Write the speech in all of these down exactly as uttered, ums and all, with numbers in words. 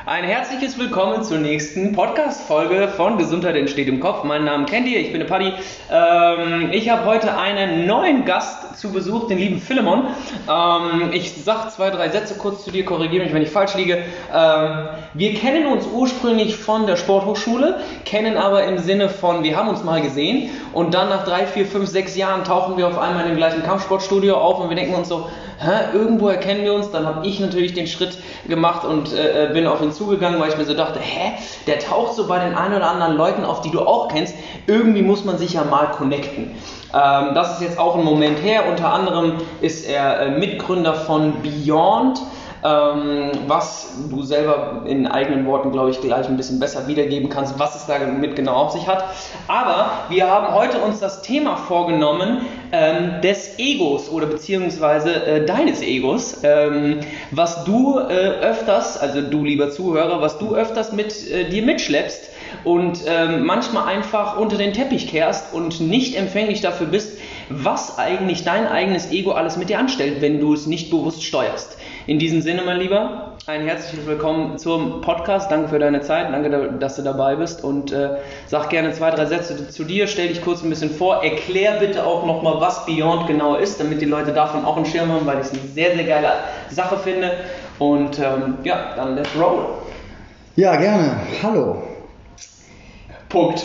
Ein herzliches Willkommen zur nächsten Podcast-Folge von Gesundheit entsteht im Kopf. Meinen Namen kennt ihr, ich bin der Paddy. Ähm, ich habe heute einen neuen Gast zu Besuch, den lieben Philemon. Ähm, ich sage zwei, drei Sätze kurz zu dir, korrigiere mich, wenn ich falsch liege. Ähm, wir kennen uns ursprünglich von der Sporthochschule, kennen aber im Sinne von, wir haben uns mal gesehen und dann nach drei, vier, fünf, sechs Jahren tauchen wir auf einmal in dem gleichen Kampfsportstudio auf und wir denken uns so, hä, irgendwo erkennen wir uns. Dann habe ich natürlich den Schritt gemacht und äh, bin auf ihn zugegangen, weil ich mir so dachte, hä, der taucht so bei den ein oder anderen Leuten auf, die du auch kennst. Irgendwie muss man sich ja mal connecten. Ähm, das ist jetzt auch ein Moment her. Unter anderem ist er äh, Mitgründer von Beyond, ähm, was du selber in eigenen Worten, glaube ich, gleich ein bisschen besser wiedergeben kannst, was es damit genau auf sich hat. Aber wir haben heute uns das Thema vorgenommen, ähm, des Egos oder beziehungsweise äh, deines Egos, ähm, was du äh, öfters, also du lieber Zuhörer, was du öfters mit äh, dir mitschleppst und ähm, manchmal einfach unter den Teppich kehrst und nicht empfänglich dafür bist, was eigentlich dein eigenes Ego alles mit dir anstellt, wenn du es nicht bewusst steuerst. In diesem Sinne, mein Lieber, ein herzliches Willkommen zum Podcast. Danke für deine Zeit, danke, dass du dabei bist und äh, sag gerne zwei, drei Sätze zu dir, stell dich kurz ein bisschen vor, erklär bitte auch nochmal, was Beyond genau ist, damit die Leute davon auch einen Schirm haben, weil ich es eine sehr, sehr geile Sache finde und ähm, ja, dann let's roll. Ja, gerne. Hallo. Punkt.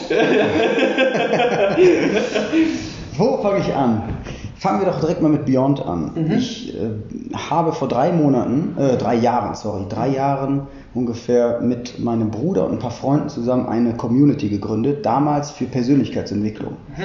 Wo fange ich an? Fangen wir doch direkt mal mit Beyond an. Mhm. Ich äh, habe vor drei Monaten, äh, drei Jahren, sorry, drei Jahren ungefähr mit meinem Bruder und ein paar Freunden zusammen eine Community gegründet, damals für Persönlichkeitsentwicklung. Mhm.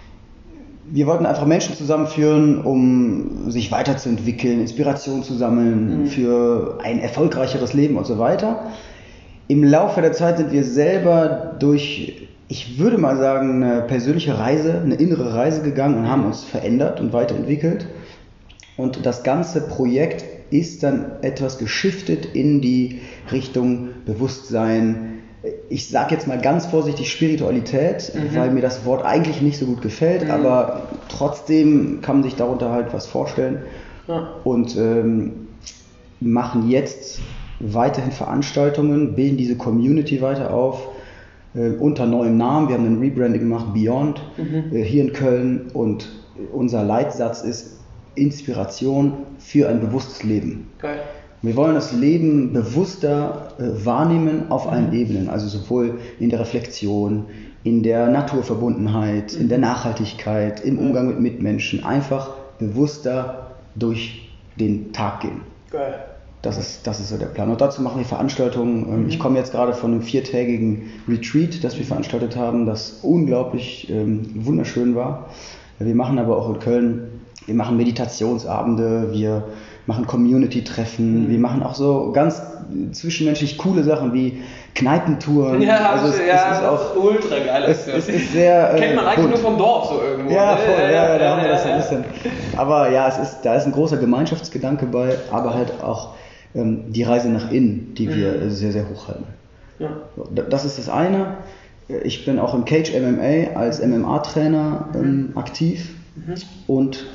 Wir wollten einfach Menschen zusammenführen, um sich weiterzuentwickeln, Inspiration zu sammeln, mhm. für ein erfolgreicheres Leben und so weiter. Im Laufe der Zeit sind wir selber durch, ich würde mal sagen, eine persönliche Reise, eine innere Reise gegangen und haben uns verändert und weiterentwickelt. Und das ganze Projekt ist dann etwas geschiftet in die Richtung Bewusstsein. Ich sage jetzt mal ganz vorsichtig Spiritualität, mhm. weil mir das Wort eigentlich nicht so gut gefällt, mhm. aber trotzdem kann man sich darunter halt was vorstellen. Ja. Und ähm, machen jetzt weiterhin Veranstaltungen, bilden diese Community weiter auf, äh, unter neuem Namen. Wir haben ein Rebranding gemacht, Beyond, mhm. äh, hier in Köln, und unser Leitsatz ist Inspiration für ein bewusstes Leben. Geil. Wir wollen das Leben bewusster äh, wahrnehmen auf allen mhm. Ebenen, also sowohl in der Reflexion, in der Naturverbundenheit, mhm. in der Nachhaltigkeit, im Umgang mit Mitmenschen, einfach bewusster durch den Tag gehen. Geil. Das ist, das ist so der Plan. Und dazu machen wir Veranstaltungen. Mhm. Ich komme jetzt gerade von einem viertägigen Retreat, das wir veranstaltet haben, das unglaublich ähm, wunderschön war. Wir machen aber auch in Köln, wir machen Meditationsabende, wir machen Community-Treffen, mhm. wir machen auch so ganz zwischenmenschlich coole Sachen wie Kneipentouren. Ja, also es, ja, es ist auch ultra geil. Es, es ist sehr, äh, kennt man eigentlich bunt. Nur vom Dorf so irgendwo. Ja, voll, ja, ja, da haben wir das so ein bisschen. Aber ja, es ist, da ist ein großer Gemeinschaftsgedanke bei, aber halt auch ähm, die Reise nach innen, die wir mhm. sehr, sehr hoch halten. Ja. Das ist das eine. Ich bin auch im Cage M M A als M M A-Trainer ähm, mhm. aktiv mhm. und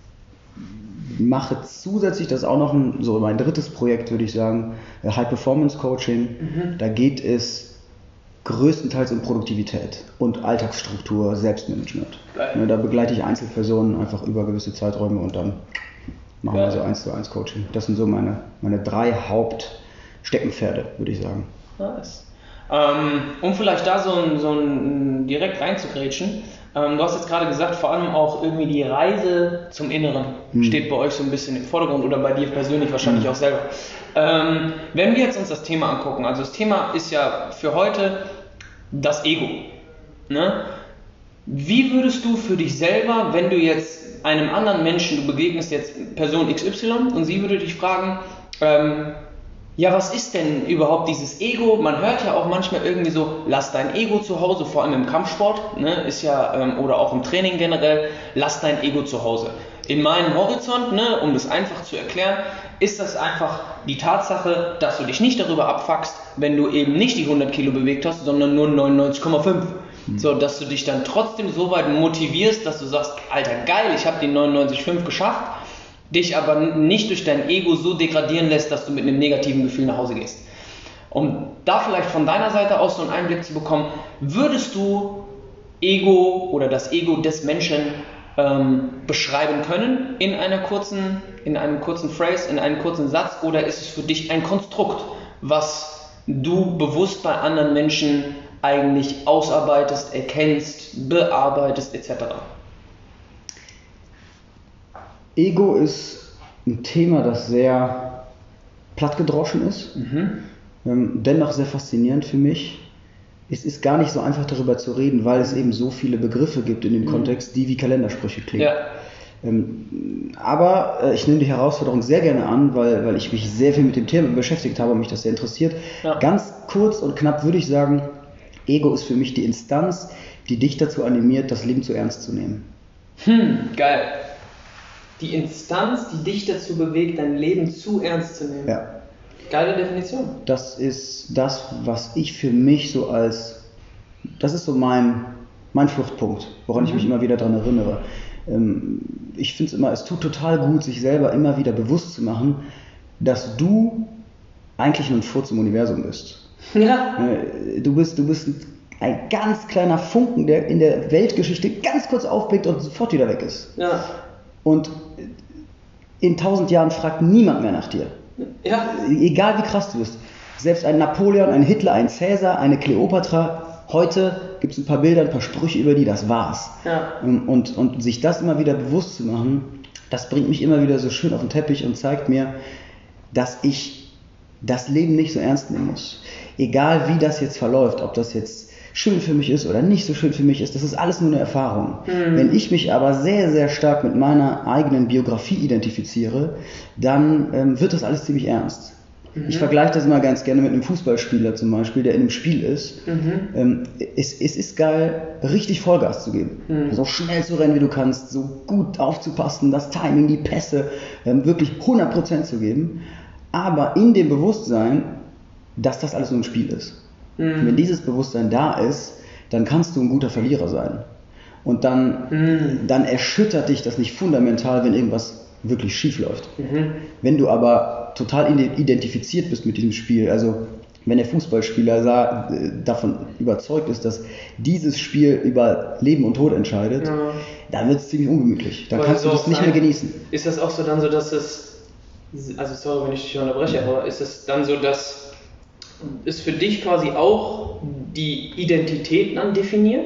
mache zusätzlich, das ist auch noch ein, so mein drittes Projekt, würde ich sagen, High Performance Coaching. Mhm. Da geht es größtenteils um Produktivität und Alltagsstruktur, Selbstmanagement. Geil. Da begleite ich Einzelpersonen einfach über gewisse Zeiträume und dann machen Geil. wir so eins zu eins Coaching. Das sind so meine, meine drei Hauptsteckenpferde, würde ich sagen. Nice. Ähm, um vielleicht da so ein, so ein direkt reinzugrätschen, ähm, du hast jetzt gerade gesagt, vor allem auch irgendwie die Reise zum Inneren hm. steht bei euch so ein bisschen im Vordergrund oder bei dir persönlich wahrscheinlich hm. auch selber. Ähm, wenn wir jetzt uns das Thema angucken, also das Thema ist ja für heute das Ego. Ne? Wie würdest du für dich selber, wenn du jetzt einem anderen Menschen, du begegnest jetzt Person X Y und sie würde dich fragen, ähm, ja, was ist denn überhaupt dieses Ego? Man hört ja auch manchmal irgendwie so, lass dein Ego zu Hause, vor allem im Kampfsport, ne, ist ja, ähm, oder auch im Training generell, lass dein Ego zu Hause. In meinem Horizont, ne, um das einfach zu erklären, ist das einfach die Tatsache, dass du dich nicht darüber abfuckst, wenn du eben nicht die hundert Kilo bewegt hast, sondern nur neunundneunzig Komma fünf. Mhm. So, dass du dich dann trotzdem so weit motivierst, dass du sagst, Alter, geil, ich habe die neunundneunzig Komma fünf geschafft, dich aber nicht durch dein Ego so degradieren lässt, dass du mit einem negativen Gefühl nach Hause gehst. Um da vielleicht von deiner Seite aus so einen Einblick zu bekommen, würdest du Ego oder das Ego des Menschen ähm, beschreiben können in einer kurzen, in einem kurzen Phrase, in einem kurzen Satz, oder ist es für dich ein Konstrukt, was du bewusst bei anderen Menschen eigentlich ausarbeitest, erkennst, bearbeitest et cetera? Ego ist ein Thema, das sehr plattgedroschen ist, mhm. ähm, dennoch sehr faszinierend für mich. Es ist gar nicht so einfach darüber zu reden, weil es eben so viele Begriffe gibt in dem mhm. Kontext, die wie Kalendersprüche klingen. Ja. Ähm, aber äh, ich nehme die Herausforderung sehr gerne an, weil, weil ich mich sehr viel mit dem Thema beschäftigt habe und mich das sehr interessiert. Ja. Ganz kurz und knapp würde ich sagen, Ego ist für mich die Instanz, die dich dazu animiert, das Leben zu ernst zu nehmen. Hm, geil. Die Instanz, die dich dazu bewegt, dein Leben zu ernst zu nehmen. Ja. Geile Definition. Das ist das, was ich für mich so als, das ist so mein, mein Fluchtpunkt, woran mhm. ich mich immer wieder daran erinnere. Ähm, ich finde es immer, es tut total gut, sich selber immer wieder bewusst zu machen, dass du eigentlich nur ein Furz im Universum bist. Ja. Du bist, du bist ein ganz kleiner Funken, der in der Weltgeschichte ganz kurz aufblickt und sofort wieder weg ist. Ja. Und in tausend Jahren fragt niemand mehr nach dir. Ja. Egal wie krass du bist. Selbst ein Napoleon, ein Hitler, ein Cäsar, eine Kleopatra. Heute gibt es ein paar Bilder, ein paar Sprüche über die, das war's. Ja. Und, und sich das immer wieder bewusst zu machen, das bringt mich immer wieder so schön auf den Teppich und zeigt mir, dass ich das Leben nicht so ernst nehmen muss. Egal wie das jetzt verläuft, ob das jetzt schön für mich ist oder nicht so schön für mich ist, das ist alles nur eine Erfahrung. Mhm. Wenn ich mich aber sehr, sehr stark mit meiner eigenen Biografie identifiziere, dann ähm, wird das alles ziemlich ernst. Mhm. Ich vergleiche das immer ganz gerne mit einem Fußballspieler zum Beispiel, der in einem Spiel ist. Mhm. Ähm, es, es ist geil, richtig Vollgas zu geben. Mhm. So schnell zu rennen, wie du kannst, so gut aufzupassen, das Timing, die Pässe, ähm, wirklich hundert Prozent zu geben. Aber in dem Bewusstsein, dass das alles nur ein Spiel ist. Mhm. Wenn dieses Bewusstsein da ist, dann kannst du ein guter Verlierer sein. Und dann, mhm. dann erschüttert dich das nicht fundamental, wenn irgendwas wirklich schief läuft. Mhm. Wenn du aber total identifiziert bist mit diesem Spiel, also wenn der Fußballspieler sah, davon überzeugt ist, dass dieses Spiel über Leben und Tod entscheidet, ja. dann wird es ziemlich ungemütlich. Dann kannst du das nicht mehr genießen. Ist das auch so dann so, dass es, also sorry, wenn ich dich unterbreche, aber ist es dann so, dass ist für dich quasi auch die Identität dann definiert?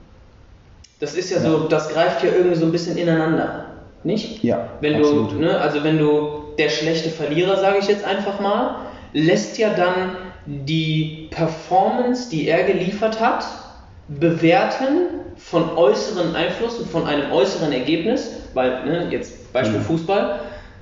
Das ist ja, ja. so, das greift ja irgendwie so ein bisschen ineinander, nicht? Ja, wenn absolut. Du, ne, also wenn du der schlechte Verlierer, sage ich jetzt einfach mal, lässt ja dann die Performance, die er geliefert hat, bewerten von äußeren Einflüssen, von einem äußeren Ergebnis, weil, ne, jetzt Beispiel mhm. Fußball,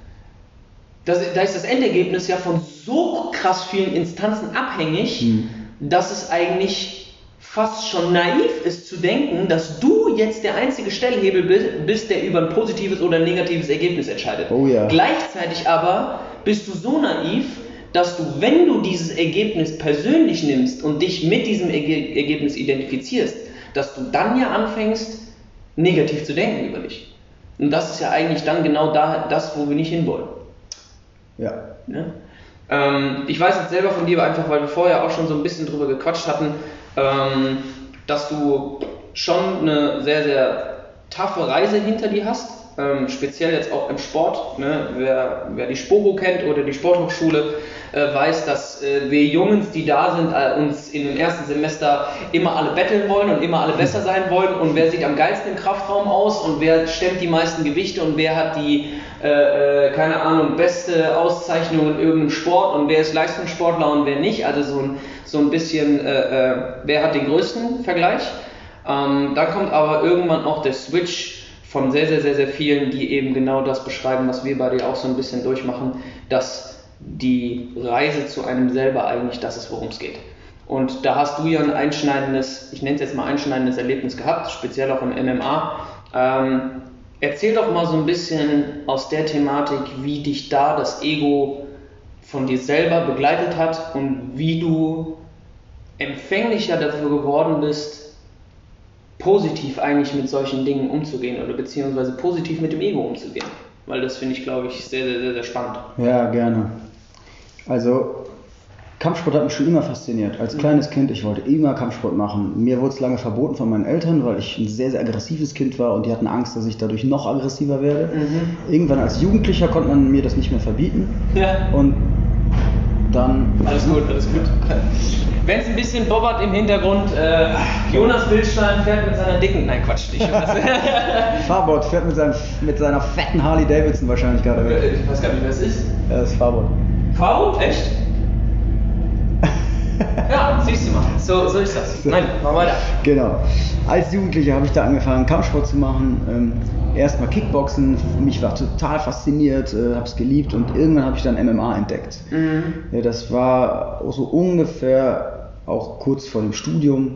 Das, da ist das Endergebnis ja von so krass vielen Instanzen abhängig, mhm. dass es eigentlich fast schon naiv ist zu denken, dass du jetzt der einzige Stellhebel bist, der über ein positives oder ein negatives Ergebnis entscheidet. Oh ja. Gleichzeitig aber bist du so naiv, dass du, wenn du dieses Ergebnis persönlich nimmst und dich mit diesem Erge- Ergebnis identifizierst, dass du dann ja anfängst, negativ zu denken über dich. Und das ist ja eigentlich dann genau da, das, wo wir nicht hinwollen. Ja. ja? Ähm, ich weiß jetzt selber von dir, einfach weil wir vorher auch schon so ein bisschen drüber gequatscht hatten, ähm, dass du schon eine sehr, sehr taffe Reise hinter dir hast, ähm, speziell jetzt auch im Sport. Ne? Wer, wer die Sporo kennt oder die Sporthochschule, äh, weiß, dass äh, wir Jungs, die da sind, äh, uns in dem ersten Semester immer alle betteln wollen und immer alle besser sein wollen, und wer sieht am geilsten im Kraftraum aus und wer stemmt die meisten Gewichte und wer hat die Äh, äh, keine Ahnung, beste Auszeichnung in irgendeinem Sport und wer ist Leistungssportler und wer nicht, also so ein, so ein bisschen, äh, äh, wer hat den größten Vergleich. Ähm, da kommt aber irgendwann auch der Switch von sehr, sehr, sehr, sehr vielen, die eben genau das beschreiben, was wir bei dir auch so ein bisschen durchmachen, dass die Reise zu einem selber eigentlich das ist, worum es geht. Und da hast du ja ein einschneidendes, ich nenne es jetzt mal einschneidendes Erlebnis gehabt, speziell auch im M M A. Ähm, Erzähl doch mal so ein bisschen aus der Thematik, wie dich da das Ego von dir selber begleitet hat und wie du empfänglicher dafür geworden bist, positiv eigentlich mit solchen Dingen umzugehen oder beziehungsweise positiv mit dem Ego umzugehen. Weil das finde ich, glaube ich, sehr, sehr, sehr, sehr spannend. Ja, gerne. Also Kampfsport hat mich schon immer fasziniert. Als kleines Kind, ich wollte immer Kampfsport machen. Mir wurde es lange verboten von meinen Eltern, weil ich ein sehr, sehr aggressives Kind war und die hatten Angst, dass ich dadurch noch aggressiver werde. Mhm. Irgendwann als Jugendlicher konnte man mir das nicht mehr verbieten. Ja. Und dann... Alles gut, alles gut. Wenn es ein bisschen bobbert im Hintergrund, äh, Jonas Wildstein fährt mit seiner dicken... Nein, Quatsch, nicht Jonas. Farbot fährt mit, seinem, mit seiner fetten Harley Davidson wahrscheinlich gerade weg. Ich weiß gar nicht, wer es ist. Ja, das ist Farbot. Farbot? Echt? Ja, siehst du mal. So, so ist das. Nein, mach weiter. Genau. Als Jugendlicher habe ich da angefangen, Kampfsport zu machen. Ähm, Erstmal Kickboxen. Mich war total fasziniert, äh, habe es geliebt und irgendwann habe ich dann M M A entdeckt. Mhm. Ja, das war so ungefähr auch kurz vor dem Studium.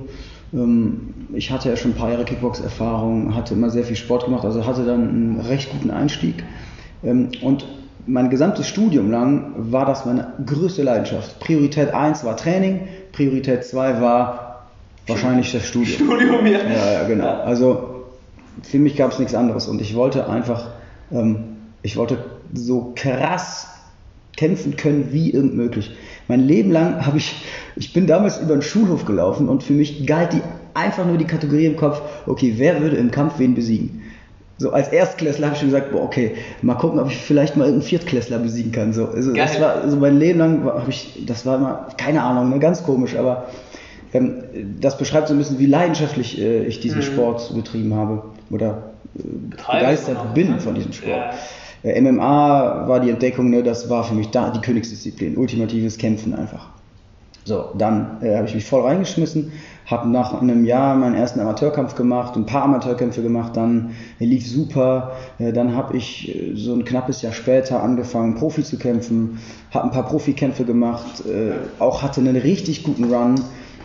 Ähm, ich hatte ja schon ein paar Jahre Kickbox-Erfahrung, hatte immer sehr viel Sport gemacht, also hatte dann einen recht guten Einstieg. Ähm, und mein gesamtes Studium lang war das meine größte Leidenschaft. Priorität eins war Training, Priorität zwei war wahrscheinlich das Studium. Studium, ja. Ja, ja, genau. Also für mich gab es nichts anderes und ich wollte einfach, ähm, ich wollte so krass kämpfen können wie irgend möglich. Mein Leben lang habe ich, ich bin damals über den Schulhof gelaufen und für mich galt die einfach nur die Kategorie im Kopf, okay, wer würde im Kampf wen besiegen? So als Erstklässler habe ich schon gesagt, boah, okay, mal gucken, ob ich vielleicht mal irgendeinen Viertklässler besiegen kann. So, also das war, also mein Leben lang habe ich, das war immer, keine Ahnung, ne, ganz komisch, aber ähm, das beschreibt so ein bisschen, wie leidenschaftlich äh, ich diesen mhm. Sport betrieben habe oder äh, begeistert bin von diesem Sport. Ja. Äh, M M A war die Entdeckung, ne, das war für mich da die Königsdisziplin, ultimatives Kämpfen einfach. So, dann äh, habe ich mich voll reingeschmissen, habe nach einem Jahr meinen ersten Amateurkampf gemacht, ein paar Amateurkämpfe gemacht, dann äh, lief super, äh, dann habe ich äh, so ein knappes Jahr später angefangen Profi zu kämpfen, habe ein paar Profikämpfe gemacht, äh, auch hatte einen richtig guten Run,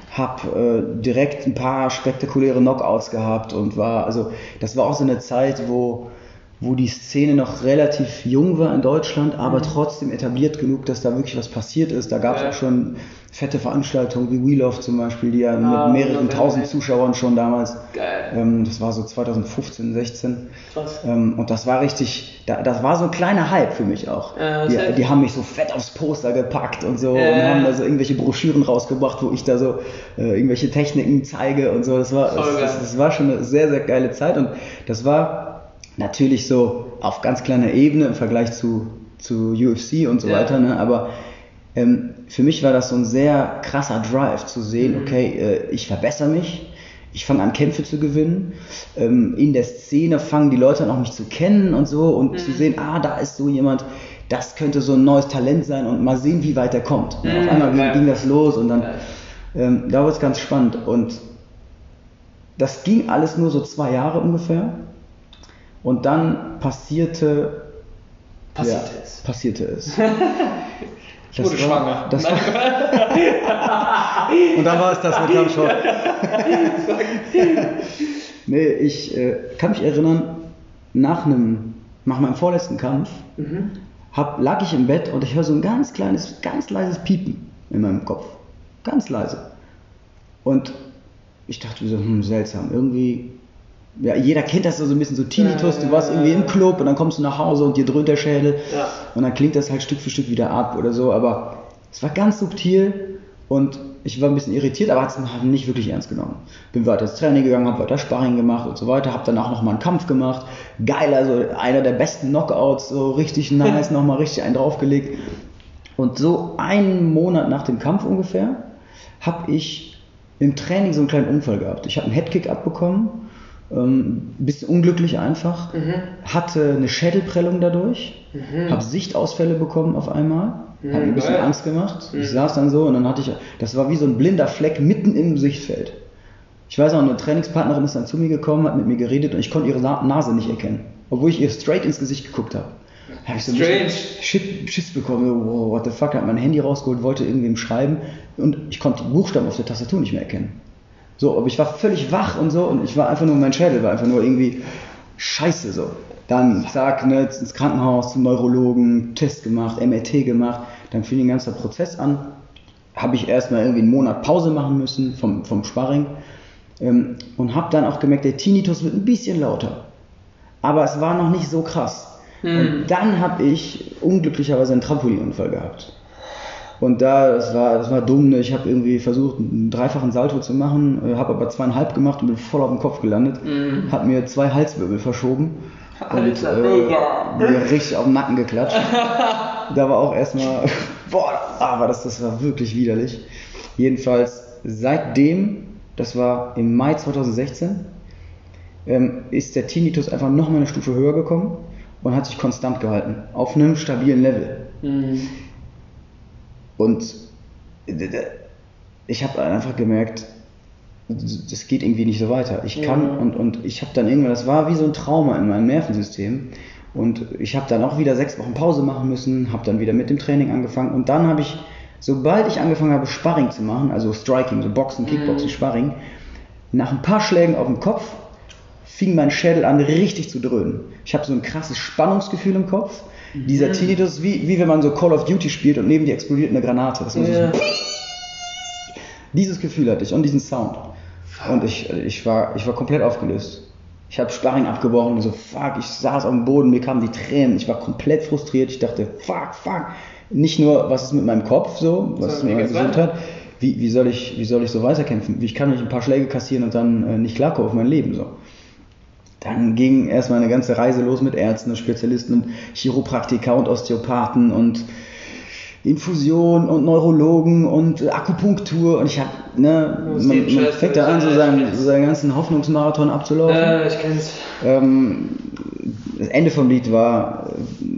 habe äh, direkt ein paar spektakuläre Knockouts gehabt und war, also das war auch so eine Zeit, wo wo die Szene noch relativ jung war in Deutschland, aber mhm. trotzdem etabliert genug, dass da wirklich was passiert ist. Da gab es ja. auch schon fette Veranstaltungen wie We Love zum Beispiel, die ja ah, mit mehreren tausend Zuschauern schon damals, ähm, das war so zweitausendfünfzehn, sechzehn. Krass. Ähm, und das war richtig, da, das war so ein kleiner Hype für mich auch. Ja, die, die haben mich so fett aufs Poster gepackt und so äh. und haben da so irgendwelche Broschüren rausgebracht, wo ich da so äh, irgendwelche Techniken zeige und so. Das war, das, das, das war schon eine sehr, sehr geile Zeit und das war natürlich so auf ganz kleiner Ebene im Vergleich zu, zu U F C und so ja. weiter, ne? Aber ähm, für mich war das so ein sehr krasser Drive zu sehen, mhm. okay, äh, ich verbessere mich, ich fange an Kämpfe zu gewinnen, ähm, in der Szene fangen die Leute an auch mich zu kennen und so und mhm. zu sehen, ah, da ist so jemand, das könnte so ein neues Talent sein und mal sehen, wie weit er kommt. Mhm. Auf einmal ja. ging das los und dann, ähm, da wurde es ganz spannend und das ging alles nur so zwei Jahre ungefähr. Und dann passierte, passierte ja, es. Passierte es. Ich wurde schwanger. Das war, und dann war es das mit Kampfsport. Nee, ich äh, kann mich erinnern, nach, einem, nach meinem vorletzten Kampf mhm. hab, lag ich im Bett und ich höre so ein ganz kleines, ganz leises Piepen in meinem Kopf. Ganz leise. Und ich dachte so, hm, seltsam, irgendwie... Ja, jeder kennt das so ein bisschen so Tinnitus, du warst irgendwie im Club und dann kommst du nach Hause und dir dröhnt der Schädel ja. und dann klingt das halt Stück für Stück wieder ab oder so, aber es war ganz subtil und ich war ein bisschen irritiert, aber hat es nicht wirklich ernst genommen. Bin weiter ins Training gegangen, habe weiter Sparring gemacht und so weiter, habe danach nochmal einen Kampf gemacht, geil, also einer der besten Knockouts, so richtig nice, nochmal richtig einen draufgelegt und so einen Monat nach dem Kampf ungefähr habe ich im Training so einen kleinen Unfall gehabt. Ich habe einen Headkick abbekommen, ein ähm, bisschen unglücklich einfach, mhm. hatte eine Schädelprellung dadurch, mhm. habe Sichtausfälle bekommen auf einmal, mhm. hat mir ein bisschen ja. Angst gemacht. Mhm. Ich saß dann so und dann hatte ich, das war wie so ein blinder Fleck mitten im Sichtfeld. Ich weiß auch, eine Trainingspartnerin ist dann zu mir gekommen, hat mit mir geredet und ich konnte ihre Nase nicht erkennen, obwohl ich ihr straight ins Gesicht geguckt habe. Da habe ich so ein Shit, Schiss bekommen, wow, what the fuck, hat mein Handy rausgeholt, wollte irgendwem schreiben und ich konnte die Buchstaben auf der Tastatur nicht mehr erkennen. So, aber ich war völlig wach und so und ich war einfach nur, mein Schädel war einfach nur irgendwie scheiße so. Dann, zack, ne, ins Krankenhaus, zum Neurologen, Test gemacht, M R T gemacht, dann fing ein ganzer Prozess an. Habe ich erstmal irgendwie einen Monat Pause machen müssen vom, vom Sparring ähm, und habe dann auch gemerkt, der Tinnitus wird ein bisschen lauter. Aber es war noch nicht so krass. Hm. Und dann habe ich unglücklicherweise einen Trampolinunfall gehabt. Und da, das war, das war dumm, ne? Ich habe irgendwie versucht, einen dreifachen Salto zu machen, habe aber zweieinhalb gemacht und bin voll auf den Kopf gelandet, mm. habe mir zwei Halswirbel verschoben Alter, und äh, mir richtig auf den Nacken geklatscht. Da war auch erstmal, boah, aber das, das war wirklich widerlich. Jedenfalls seitdem, das war im Mai zweitausendsechzehn, ähm, ist der Tinnitus einfach noch mal eine Stufe höher gekommen und hat sich konstant gehalten, auf einem stabilen Level. Mhm. Und ich habe einfach gemerkt, das geht irgendwie nicht so weiter. Ich kann ja. und, und ich habe dann irgendwann, das war wie so ein Trauma in meinem Nervensystem. Und ich habe dann auch wieder sechs Wochen Pause machen müssen, habe dann wieder mit dem Training angefangen. Und dann habe ich, sobald ich angefangen habe, Sparring zu machen, also Striking, so Boxen, Kickboxen, mhm. Sparring, nach ein paar Schlägen auf den Kopf, fing mein Schädel an richtig zu dröhnen. Ich habe so ein krasses Spannungsgefühl im Kopf. Mhm. Dieser Tinnitus, wie, wie wenn man so Call of Duty spielt und neben dir explodiert eine Granate. Das war ja. so dieses Gefühl hatte ich und diesen Sound. Und ich, ich, war, ich war komplett aufgelöst. Ich habe Sparring abgebrochen und so, fuck, ich saß auf dem Boden, mir kamen die Tränen, ich war komplett frustriert. Ich dachte, fuck, fuck. Nicht nur, was ist mit meinem Kopf so, was es mir gesund hat, wie, wie, soll ich, wie soll ich so weiterkämpfen? Ich kann nicht ein paar Schläge kassieren und dann äh, nicht klarkommen auf mein Leben so. Dann ging erstmal eine ganze Reise los mit Ärzten und Spezialisten und Chiropraktiker und Osteopathen und Infusion und Neurologen und Akupunktur und ich habe, ne, man, man fängt da an, so seinen, so seinen ganzen Hoffnungsmarathon abzulaufen. Äh, ich kenn's. Ähm, das Ende vom Lied war,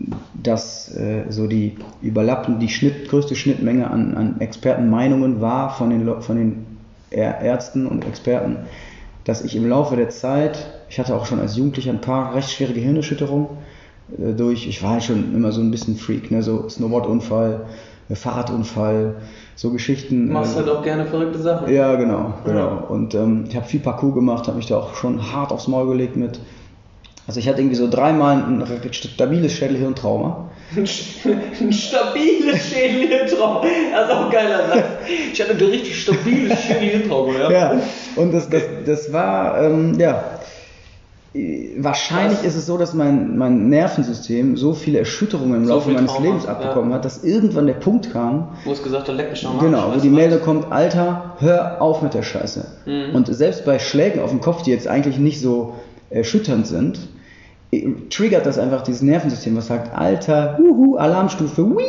dass äh, so die überlappende, die Schnitt, größte Schnittmenge an, an Expertenmeinungen war von den, von den Ärzten und Experten, dass ich im Laufe der Zeit, ich hatte auch schon als Jugendlicher ein paar recht schwere Gehirnerschütterungen, durch, ich war halt schon immer so ein bisschen Freak, ne, so Snowboardunfall, Fahrradunfall, so Geschichten. Du machst äh, halt auch gerne verrückte Sachen. Ja, genau, genau. Ja. Und ähm, ich habe viel Parkour gemacht, habe mich da auch schon hart aufs Maul gelegt mit. Also ich hatte irgendwie so dreimal ein stabiles Schädelhirntrauma. Ein stabiles Schädelhirntrauma, das ist auch ein geiler Satz. Ich hatte ein richtig stabiles Schädelhirntrauma, ja. Ja, und das, das, das war, ähm, ja. Wahrscheinlich Was? ist es so, dass mein, mein Nervensystem so viele Erschütterungen im so Laufe meines Trauma, Lebens abbekommen ja. hat, dass irgendwann der Punkt kam, wo es gesagt hat, leck mich nochmal. Genau, wo die Meldung kommt, Alter, hör auf mit der Scheiße. Mhm. Und selbst bei Schlägen auf dem Kopf, die jetzt eigentlich nicht so erschütternd sind, triggert das einfach dieses Nervensystem, was sagt, Alter, huhu, Alarmstufe, wii.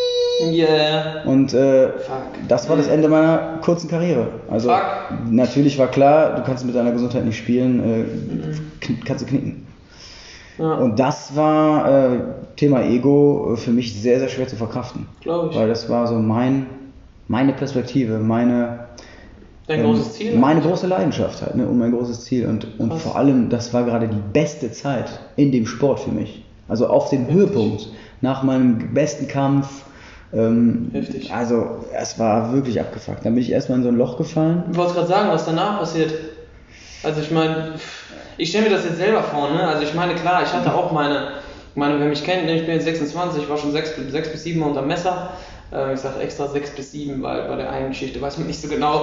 Yeah. Und äh, das war das Ende meiner kurzen Karriere. Also Fuck. Natürlich war klar, du kannst mit deiner Gesundheit nicht spielen, äh, mhm. kannst du knicken. Ja. Und das war äh, Thema Ego für mich sehr, sehr schwer zu verkraften. Glaube ich. Weil das war so mein, meine Perspektive, meine, Dein ähm, großes Ziel? Meine große Leidenschaft halt, ne, und mein großes Ziel. Und, und vor allem, das war gerade die beste Zeit in dem Sport für mich. Also auf dem Höhepunkt, nach meinem besten Kampf. Ähm, Heftig. Also es war wirklich abgefuckt. Dann bin ich erstmal in so ein Loch gefallen. Ich wollte gerade sagen, was danach passiert. Also ich meine, ich stelle mir das jetzt selber vor, ne? Also ich meine, klar, ich hatte auch meine, meine wer mich kennt, ich bin jetzt sechsundzwanzig, ich war schon sechs bis sieben Mal unterm Messer. Ich sage extra sechs bis sieben, weil bei der einen Geschichte weiß man nicht so genau.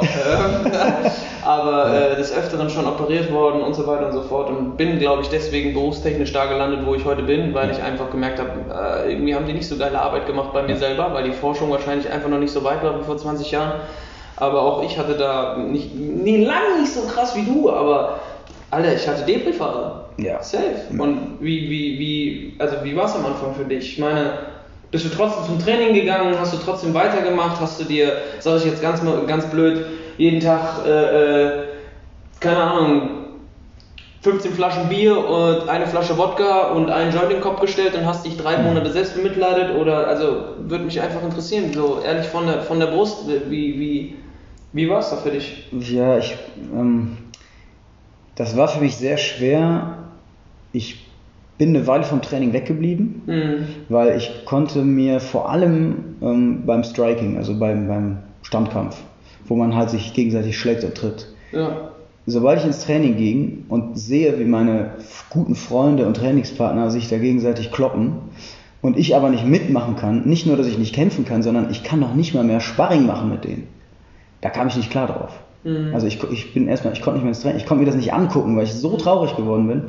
Aber äh, des Öfteren schon operiert worden und so weiter und so fort. Und bin, glaube ich, deswegen berufstechnisch da gelandet, wo ich heute bin, weil ich einfach gemerkt habe, äh, irgendwie haben die nicht so geile Arbeit gemacht bei mir selber, weil die Forschung wahrscheinlich einfach noch nicht so weit war wie vor zwanzig Jahren. Aber auch ich hatte da nicht, nie, lange nicht so krass wie du, aber Alter, ich hatte Depri-Phase. Ja. Safe. Und wie, wie, wie, also wie war es am Anfang für dich? Ich meine, bist du trotzdem zum Training gegangen? Hast du trotzdem weitergemacht? Hast du dir, sag ich jetzt ganz, ganz blöd, jeden Tag, äh, äh, keine Ahnung, fünfzehn Flaschen Bier und eine Flasche Wodka und einen Joint in den Kopf gestellt und hast dich drei Monate selbst bemitleidet? Oder, also, würde mich einfach interessieren, so ehrlich von der, von der Brust, wie, wie, wie war es da für dich? Ja, ich, ähm, das war für mich sehr schwer. Ich bin eine Weile vom Training weggeblieben, mhm. weil ich konnte mir vor allem ähm, beim Striking, also beim, beim Standkampf, wo man halt sich gegenseitig schlägt und tritt, ja. sobald ich ins Training ging und sehe, wie meine guten Freunde und Trainingspartner sich da gegenseitig kloppen und ich aber nicht mitmachen kann, nicht nur, dass ich nicht kämpfen kann, sondern ich kann noch nicht mal mehr Sparring machen mit denen, da kam ich nicht klar drauf. Mhm. Also ich, ich bin erstmal, ich konnte nicht mehr ins Training, ich konnte mir das nicht angucken, weil ich so traurig geworden bin,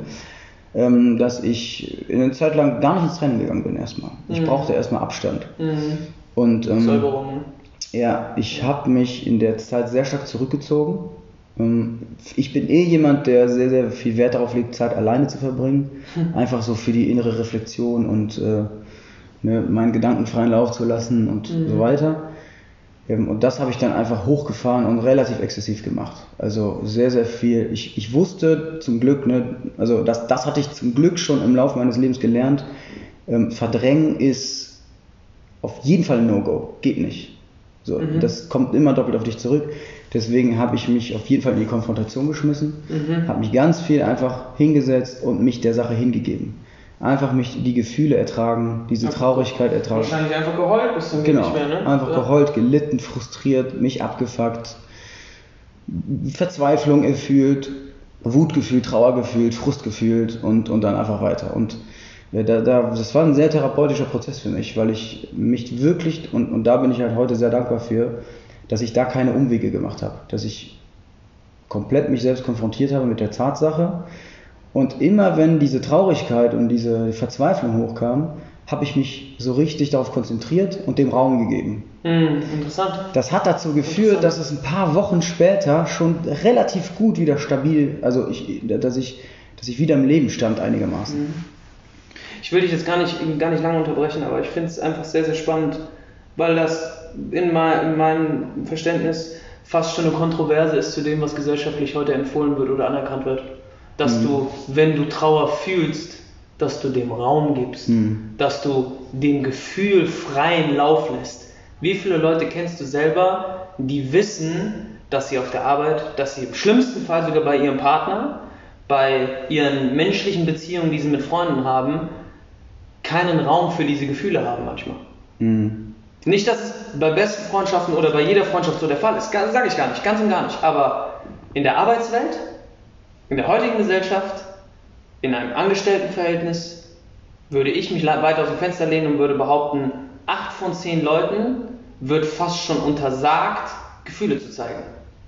dass ich eine Zeit lang gar nicht ins Training gegangen bin erstmal. Ich mhm. brauchte erstmal Abstand. Mhm. Und ähm, Säuberungen. Ja, ich habe mich in der Zeit sehr stark zurückgezogen. Ähm, ich bin eh jemand, der sehr, sehr viel Wert darauf legt, Zeit alleine zu verbringen. Einfach so für die innere Reflexion und äh, ne, meinen Gedanken freien Lauf zu lassen und mhm. so weiter. Ähm, und das habe ich dann einfach hochgefahren und relativ exzessiv gemacht. Also sehr, sehr viel. Ich, ich wusste zum Glück, ne, also das, das hatte ich zum Glück schon im Laufe meines Lebens gelernt. Ähm, verdrängen ist auf jeden Fall ein No-Go. Geht nicht. So, mhm. Das kommt immer doppelt auf dich zurück. Deswegen habe ich mich auf jeden Fall in die Konfrontation geschmissen, mhm. habe mich ganz viel einfach hingesetzt und mich der Sache hingegeben. Einfach mich die Gefühle ertragen, diese einfach Traurigkeit ertragen. Wahrscheinlich einfach geheult bis zum genau, nicht mehr, ne? Einfach ja. geheult, gelitten, frustriert, mich abgefuckt, Verzweiflung gefühlt, Wut gefühlt, Trauer gefühlt, Frust gefühlt und, und dann einfach weiter. Und Da, da, das war ein sehr therapeutischer Prozess für mich, weil ich mich wirklich, und, und da bin ich halt heute sehr dankbar für, dass ich da keine Umwege gemacht habe, dass ich komplett mich selbst konfrontiert habe mit der Tatsache und immer wenn diese Traurigkeit und diese Verzweiflung hochkam, habe ich mich so richtig darauf konzentriert und dem Raum gegeben. Mm, interessant. Das hat dazu geführt, dass es ein paar Wochen später schon relativ gut wieder stabil, also ich, dass ich, dass ich wieder im Leben stand einigermaßen. Mm. Ich will dich jetzt gar nicht, gar nicht lange unterbrechen, aber ich finde es einfach sehr, sehr spannend, weil das in, mein, in meinem Verständnis fast schon eine Kontroverse ist zu dem, was gesellschaftlich heute empfohlen wird oder anerkannt wird. Dass mhm. du, wenn du Trauer fühlst, dass du dem Raum gibst, mhm. dass du dem Gefühl freien Lauf lässt. Wie viele Leute kennst du selber, die wissen, dass sie auf der Arbeit, dass sie im schlimmsten Fall sogar bei ihrem Partner, bei ihren menschlichen Beziehungen, die sie mit Freunden haben, keinen Raum für diese Gefühle haben manchmal. Mhm. Nicht, dass es bei besten Freundschaften oder bei jeder Freundschaft so der Fall ist, sage ich gar nicht, ganz und gar nicht. Aber in der Arbeitswelt, in der heutigen Gesellschaft, in einem Angestelltenverhältnis, würde ich mich weit aus dem Fenster lehnen und würde behaupten, acht von zehn Leuten wird fast schon untersagt, Gefühle zu zeigen.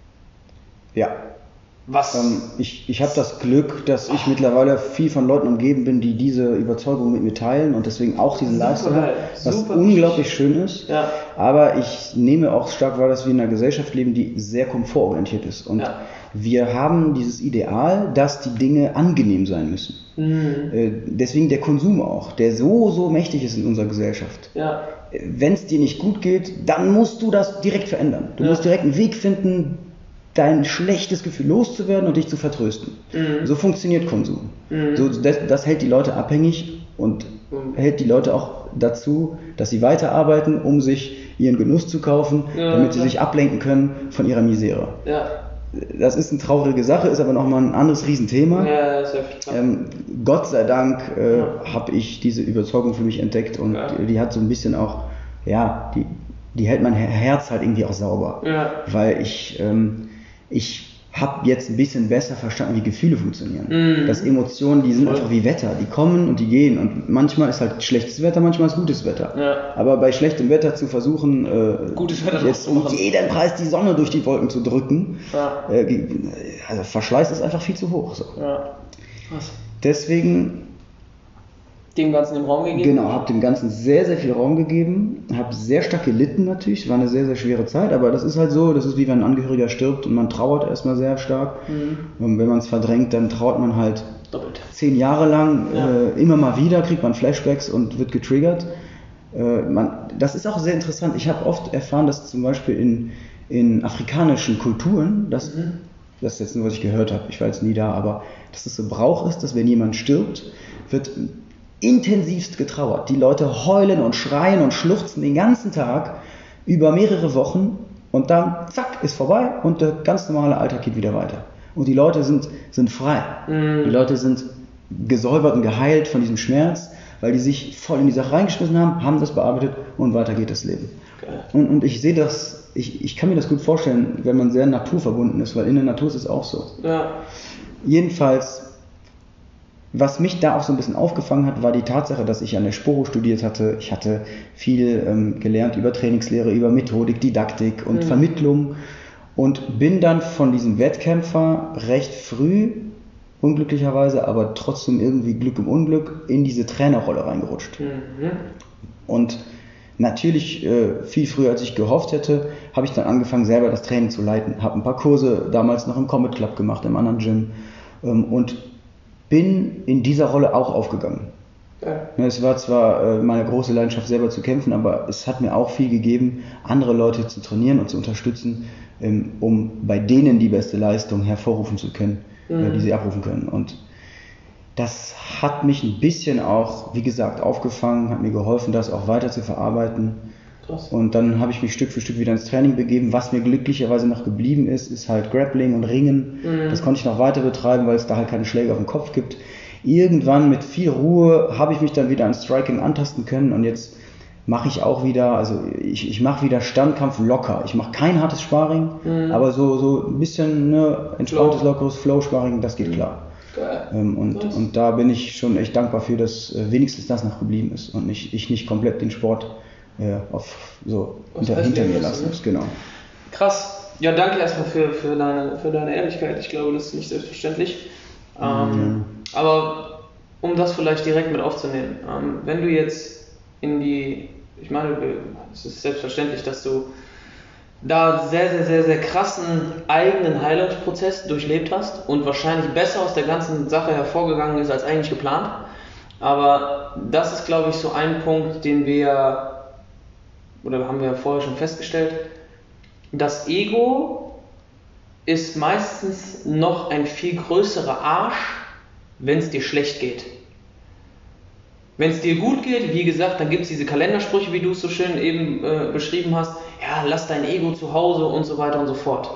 Ja. Was? Ähm, ich ich habe das Glück, dass ich mittlerweile viel von Leuten umgeben bin, die diese Überzeugung mit mir teilen und deswegen auch diesen Lifestyle haben, was Super unglaublich schön ist. Ja. Aber ich nehme auch stark wahr, dass wir in einer Gesellschaft leben, die sehr komfortorientiert ist. Und ja. wir haben dieses Ideal, dass die Dinge angenehm sein müssen. Mhm. Äh, deswegen der Konsum auch, der so, so mächtig ist in unserer Gesellschaft. Ja. Wenn es dir nicht gut geht, dann musst du das direkt verändern. Du ja. musst direkt einen Weg finden, dein schlechtes Gefühl loszuwerden und dich zu vertrösten. Mhm. So funktioniert Konsum. Mhm. So, das, das hält die Leute abhängig und mhm. hält die Leute auch dazu, dass sie weiterarbeiten, um sich ihren Genuss zu kaufen, ja, damit sie ja. sich ablenken können von ihrer Misere. Ja. Das ist eine traurige Sache, ist aber nochmal ein anderes Riesenthema. Ja, das ist ja ähm, Gott sei Dank äh, ja. habe ich diese Überzeugung für mich entdeckt und ja. die, die hat so ein bisschen auch, ja, die, die hält mein Herz halt irgendwie auch sauber. Ja. Weil ich ähm, ich habe jetzt ein bisschen besser verstanden, wie Gefühle funktionieren. Mm. Dass Emotionen, die sind Voll. einfach wie Wetter, die kommen und die gehen und manchmal ist halt schlechtes Wetter, manchmal ist gutes Wetter. Ja. Aber bei schlechtem Wetter zu versuchen, äh, gutes Wetter jetzt um jeden Preis die Sonne durch die Wolken zu drücken, ja. äh, also Verschleiß ist einfach viel zu hoch. So. Ja. Was? Deswegen dem Ganzen den Raum gegeben? Genau, habe dem Ganzen sehr, sehr viel Raum gegeben, habe sehr stark gelitten natürlich, war eine sehr, sehr schwere Zeit, aber das ist halt so, das ist wie wenn ein Angehöriger stirbt und man trauert erstmal sehr stark mhm. und wenn man es verdrängt, dann trauert man halt doppelt. Zehn Jahre lang, ja. äh, immer mal wieder, kriegt man Flashbacks und wird getriggert. Äh, man, das ist auch sehr interessant, ich habe oft erfahren, dass zum Beispiel in, in afrikanischen Kulturen, das, mhm. das ist jetzt nur, was ich gehört habe, ich war jetzt nie da, aber dass es so Brauch ist, dass wenn jemand stirbt, wird intensivst getrauert. Die Leute heulen und schreien und schluchzen den ganzen Tag über mehrere Wochen und dann zack, ist vorbei und der ganz normale Alltag geht wieder weiter. Und die Leute sind, sind frei. Mm. Die Leute sind gesäubert und geheilt von diesem Schmerz, weil die sich voll in die Sache reingeschmissen haben, haben das bearbeitet und weiter geht das Leben. Okay. Und, und ich sehe das, ich, ich kann mir das gut vorstellen, wenn man sehr naturverbunden ist, weil in der Natur ist es auch so. Ja. Jedenfalls, was mich da auch so ein bisschen aufgefangen hat, war die Tatsache, dass ich an der Sporo studiert hatte. Ich hatte viel ähm, gelernt über Trainingslehre, über Methodik, Didaktik und mhm. Vermittlung und bin dann von diesem Wettkämpfer recht früh, unglücklicherweise, aber trotzdem irgendwie Glück im Unglück, in diese Trainerrolle reingerutscht. Mhm. Und natürlich äh, viel früher, als ich gehofft hätte, habe ich dann angefangen, selber das Training zu leiten. Habe ein paar Kurse damals noch im Comet Club gemacht, im anderen Gym ähm, und bin in dieser Rolle auch aufgegangen. Ja. Es war zwar äh, meine große Leidenschaft, selber zu kämpfen, aber es hat mir auch viel gegeben, andere Leute zu trainieren und zu unterstützen, ähm, um bei denen die beste Leistung hervorrufen zu können, mhm. äh, die sie abrufen können. Und das hat mich ein bisschen auch, wie gesagt, aufgefangen, hat mir geholfen, das auch weiter zu verarbeiten. Krass. Und dann habe ich mich Stück für Stück wieder ins Training begeben. Was mir glücklicherweise noch geblieben ist, ist halt Grappling und Ringen. Mhm. Das konnte ich noch weiter betreiben, weil es da halt keine Schläge auf den Kopf gibt. Irgendwann mit viel Ruhe habe ich mich dann wieder an Striking antasten können und jetzt mache ich auch wieder, also ich, ich mache wieder Standkampf locker. Ich mache kein hartes Sparring, mhm. aber so, so ein bisschen ne, entspanntes, lockeres Flow-Sparring, das geht mhm. klar. Ähm, und, und da bin ich schon echt dankbar für, dass äh, wenigstens das noch geblieben ist und nicht, ich nicht komplett den Sport äh, auf, so hinter, hinter mir lassen muss. Genau. Krass. Ja, danke erstmal für, für, deine, für deine Ehrlichkeit. Ich glaube, das ist nicht selbstverständlich. Ähm, mhm. Aber um das vielleicht direkt mit aufzunehmen, ähm, wenn du jetzt in die, ich meine, es ist selbstverständlich, dass du da sehr, sehr, sehr, sehr krassen eigenen Heilungsprozess durchlebt hast und wahrscheinlich besser aus der ganzen Sache hervorgegangen ist als eigentlich geplant. Aber das ist, glaube ich, so ein Punkt, den wir, oder haben wir vorher schon festgestellt, das Ego ist meistens noch ein viel größerer Arsch, wenn es dir schlecht geht. Wenn es dir gut geht, wie gesagt, dann gibt es diese Kalendersprüche, wie du es so schön eben äh, beschrieben hast, ja, lass dein Ego zu Hause und so weiter und so fort.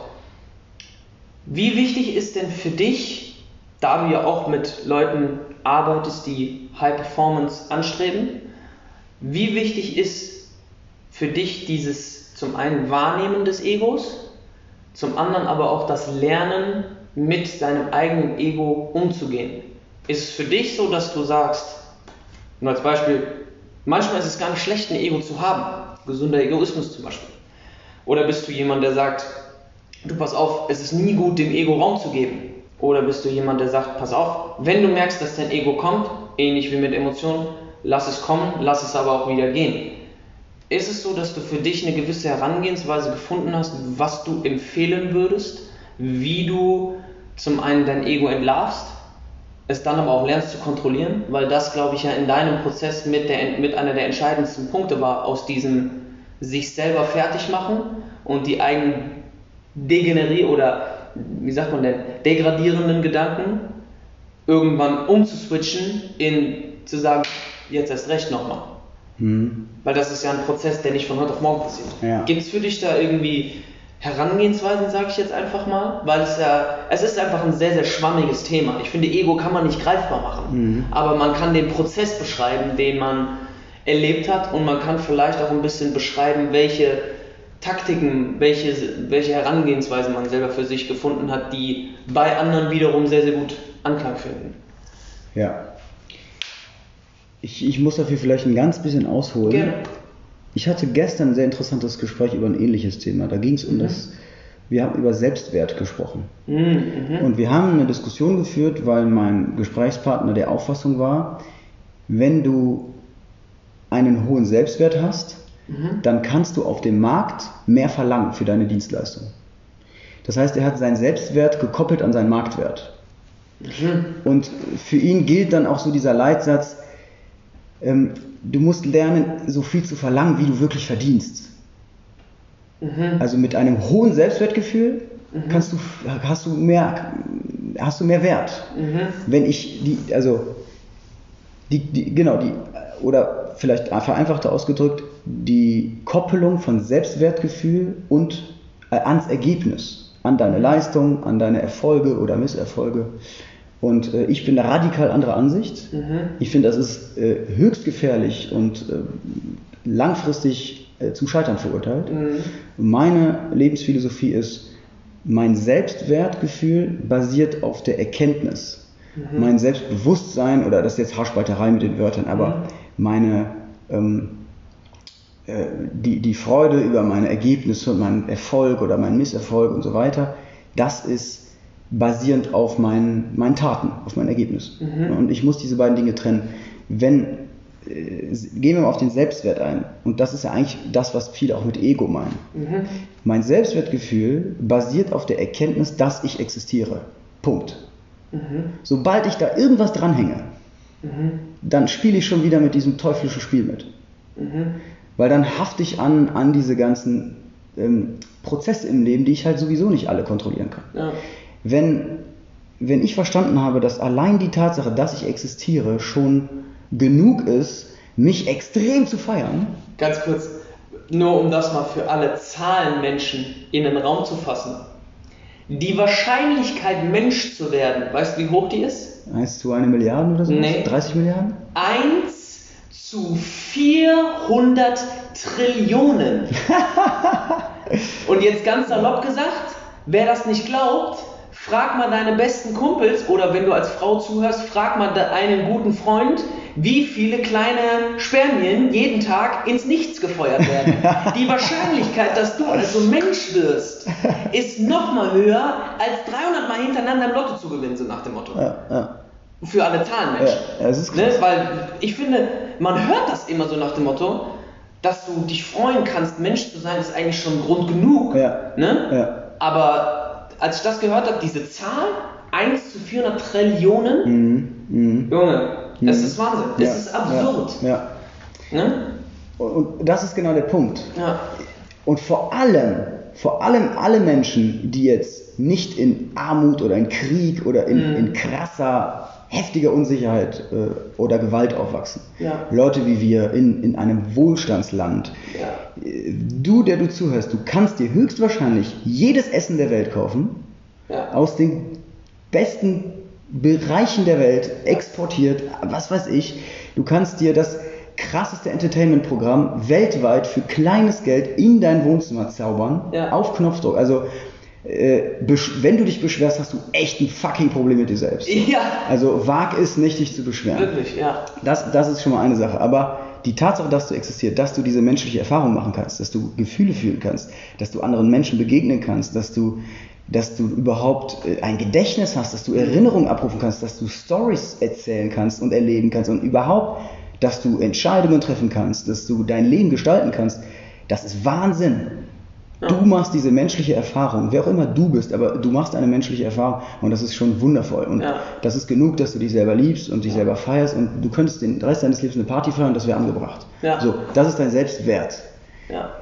Wie wichtig ist denn für dich, da du ja auch mit Leuten arbeitest, die High Performance anstreben, wie wichtig ist für dich dieses zum einen Wahrnehmen des Egos, zum anderen aber auch das Lernen, mit seinem eigenen Ego umzugehen? Ist es für dich so, dass du sagst, nur als Beispiel, manchmal ist es gar nicht schlecht, ein Ego zu haben, gesunder Egoismus zum Beispiel. Oder bist du jemand, der sagt, du pass auf, es ist nie gut, dem Ego Raum zu geben. Oder bist du jemand, der sagt, pass auf, wenn du merkst, dass dein Ego kommt, ähnlich wie mit Emotionen, lass es kommen, lass es aber auch wieder gehen. Ist es so, dass du für dich eine gewisse Herangehensweise gefunden hast, was du empfehlen würdest, wie du zum einen dein Ego entlarvst, es dann aber auch lernst zu kontrollieren, weil das, glaube ich, ja in deinem Prozess mit, der, mit einer der entscheidendsten Punkte war, aus diesem sich selber fertig machen und die eigenen degenerier- oder, wie sagt man denn, degradierenden Gedanken irgendwann umzuswitchen in zu sagen, jetzt erst recht nochmal. Mhm. Weil das ist ja ein Prozess, der nicht von heute auf morgen passiert. Ja. Gibt es für dich da irgendwie Herangehensweisen, sage ich jetzt einfach mal, weil es ja, es ist einfach ein sehr, sehr schwammiges Thema. Ich finde, Ego kann man nicht greifbar machen, mhm. aber man kann den Prozess beschreiben, den man erlebt hat und man kann vielleicht auch ein bisschen beschreiben, welche Taktiken, welche, welche Herangehensweisen man selber für sich gefunden hat, die bei anderen wiederum sehr, sehr gut Anklang finden. Ja. Ich, ich muss dafür vielleicht ein ganz bisschen ausholen. Gerne. Ich hatte gestern ein sehr interessantes Gespräch über ein ähnliches Thema. Da ging es um mhm. das, wir haben über Selbstwert gesprochen. Mhm. Und wir haben eine Diskussion geführt, weil mein Gesprächspartner der Auffassung war, wenn du einen hohen Selbstwert hast, mhm. dann kannst du auf dem Markt mehr verlangen für deine Dienstleistung. Das heißt, er hat seinen Selbstwert gekoppelt an seinen Marktwert. Mhm. Und für ihn gilt dann auch so dieser Leitsatz, ähm, du musst lernen, so viel zu verlangen, wie du wirklich verdienst. Mhm. Also mit einem hohen Selbstwertgefühl mhm. kannst du, hast, du mehr, hast du mehr Wert. Mhm. Wenn ich die, also die, die, genau, die, oder vielleicht vereinfachter ausgedrückt, die Koppelung von Selbstwertgefühl und äh, ans Ergebnis, an deine Leistung, an deine Erfolge oder Misserfolge. Und äh, ich bin da radikal anderer Ansicht. Mhm. Ich finde, das ist äh, höchst gefährlich und äh, langfristig äh, zum Scheitern verurteilt. Mhm. Meine Lebensphilosophie ist, mein Selbstwertgefühl basiert auf der Erkenntnis. Mhm. Mein Selbstbewusstsein, oder das ist jetzt Haarspalterei mit den Wörtern, aber mhm. meine ähm, äh, die, die Freude über meine Ergebnisse und meinen Erfolg oder meinen Misserfolg und so weiter, das ist basierend auf meinen, meinen Taten, auf mein Ergebnis. Mhm. Und ich muss diese beiden Dinge trennen. Wenn äh, gehen wir mal auf den Selbstwert ein. Und das ist ja eigentlich das, was viele auch mit Ego meinen. Mhm. Mein Selbstwertgefühl basiert auf der Erkenntnis, dass ich existiere. Punkt. Mhm. Sobald ich da irgendwas dranhänge, mhm. dann spiele ich schon wieder mit diesem teuflischen Spiel mit. Mhm. Weil dann hafte ich an, an diese ganzen ähm, Prozesse im Leben, die ich halt sowieso nicht alle kontrollieren kann. Ja. Wenn, wenn ich verstanden habe, dass allein die Tatsache, dass ich existiere, schon genug ist, mich extrem zu feiern. Ganz kurz, nur um das mal für alle Zahlenmenschen in den Raum zu fassen. Die Wahrscheinlichkeit, Mensch zu werden, weißt du, wie hoch die ist? eins zu eine Milliarde oder so? Nee. dreißig Milliarden? eins zu vierhundert Trillionen. Und jetzt ganz salopp gesagt, wer das nicht glaubt, frag mal deine besten Kumpels oder wenn du als Frau zuhörst, frag mal einen guten Freund, wie viele kleine Spermien jeden Tag ins Nichts gefeuert werden. Die Wahrscheinlichkeit, dass du also Mensch wirst, ist nochmal höher, als dreihundert Mal hintereinander im Lotto zu gewinnen, so nach dem Motto. Ja, ja. Für alle Zahlenmenschen. Ja, das ist krass. Ne? Weil ich finde, man hört das immer so nach dem Motto, dass du dich freuen kannst, Mensch zu sein, ist eigentlich schon Grund genug. Ja. Ne? Ja. Aber als ich das gehört habe, diese Zahl, eins zu vierhundert Trillionen, mhm. Mhm. Junge, mhm. es ist Wahnsinn, ja. Es ist absurd. Ja. Ja. Ne? Und das ist genau der Punkt. Ja. Und vor allem, vor allem alle Menschen, die jetzt nicht in Armut oder in Krieg oder in, mhm. in krasser, heftiger Unsicherheit äh, oder Gewalt aufwachsen. Ja. Leute wie wir in, in einem Wohlstandsland. Ja. Du, der du zuhörst, du kannst dir höchstwahrscheinlich jedes Essen der Welt kaufen, ja. aus den besten Bereichen der Welt, exportiert, was weiß ich. Du kannst dir das krasseste Entertainment-Programm weltweit für kleines Geld in dein Wohnzimmer zaubern, ja. auf Knopfdruck. Also äh, wenn du dich beschwerst, hast du echt ein fucking Problem mit dir selbst. Ja. Also wag es nicht, dich zu beschweren. Wirklich, ja. Das, das ist schon mal eine Sache. Aber die Tatsache, dass du existierst, dass du diese menschliche Erfahrung machen kannst, dass du Gefühle fühlen kannst, dass du anderen Menschen begegnen kannst, dass du dass du überhaupt ein Gedächtnis hast, dass du Erinnerungen abrufen kannst, dass du Storys erzählen kannst und erleben kannst und überhaupt, dass du Entscheidungen treffen kannst, dass du dein Leben gestalten kannst, das ist Wahnsinn. Ja. Du machst diese menschliche Erfahrung, wer auch immer du bist, aber du machst eine menschliche Erfahrung und das ist schon wundervoll. Und ja. das ist genug, dass du dich selber liebst und dich ja. selber feierst und du könntest den Rest deines Lebens eine Party feiern und das wäre angebracht. Ja. So, das ist dein Selbstwert. Ja.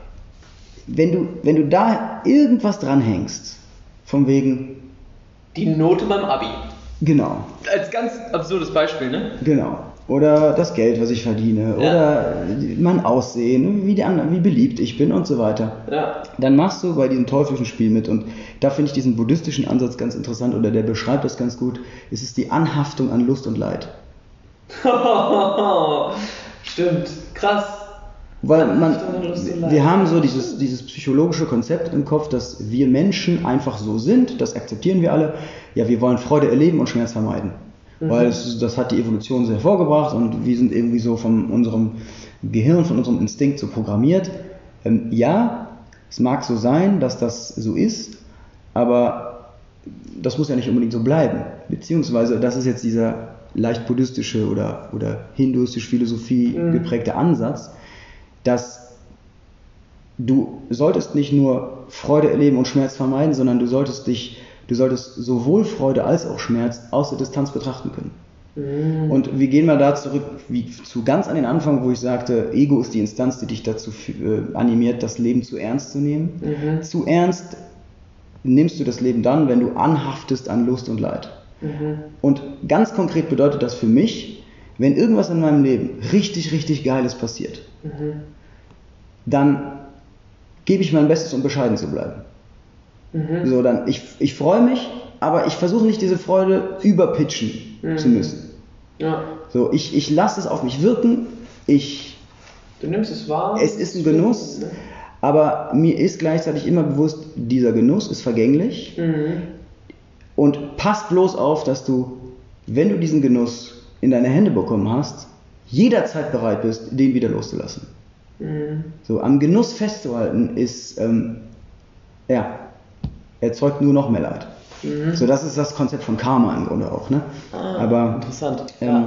Wenn du, wenn du da irgendwas dranhängst, von wegen die Note beim Abi. Genau. Als ganz absurdes Beispiel, ne? Genau. Oder das Geld, was ich verdiene. Ja. Oder mein Aussehen, wie, die anderen, wie beliebt ich bin und so weiter. Ja. Dann machst du bei diesem teuflischen Spiel mit. Und da finde ich diesen buddhistischen Ansatz ganz interessant, oder der beschreibt das ganz gut. Es ist die Anhaftung an Lust und Leid. Stimmt. Krass. Weil man, wir haben so dieses, dieses psychologische Konzept im Kopf, dass wir Menschen einfach so sind, das akzeptieren wir alle. Ja, wir wollen Freude erleben und Schmerz vermeiden. Mhm. Weil es, das hat die Evolution so hervorgebracht und wir sind irgendwie so von unserem Gehirn, von unserem Instinkt so programmiert. Ähm, ja, es mag so sein, dass das so ist, aber das muss ja nicht unbedingt so bleiben. Beziehungsweise, das ist jetzt dieser leicht buddhistische oder, oder hinduistische Philosophie mhm. geprägte Ansatz, dass du solltest nicht nur Freude erleben und Schmerz vermeiden, sondern du solltest dich, du solltest sowohl Freude als auch Schmerz aus der Distanz betrachten können. Mhm. Und wir gehen mal da zurück, wie zu ganz an den Anfang, wo ich sagte, Ego ist die Instanz, die dich dazu äh, animiert, das Leben zu ernst zu nehmen. Mhm. Zu ernst nimmst du das Leben dann, wenn du anhaftest an Lust und Leid. Mhm. Und ganz konkret bedeutet das für mich, wenn irgendwas in meinem Leben richtig, richtig Geiles passiert, mhm. dann gebe ich mein Bestes, um bescheiden zu bleiben. Mhm. So, dann, ich, ich freue mich, aber ich versuche nicht diese Freude überpitchen mhm. zu müssen. Ja. So, ich, ich lasse es auf mich wirken, ich, du nimmst es wahr. Es ist ein Genuss, ne? Aber mir ist gleichzeitig immer bewusst, dieser Genuss ist vergänglich mhm. und pass bloß auf, dass du, wenn du diesen Genuss in deine Hände bekommen hast, jederzeit bereit bist, den wieder loszulassen. Mhm. So, am Genuss festzuhalten ist, ähm, ja, erzeugt nur noch mehr Leid. Mhm. So, das ist das Konzept von Karma im Grunde auch, ne? Ah, aber interessant. Ähm,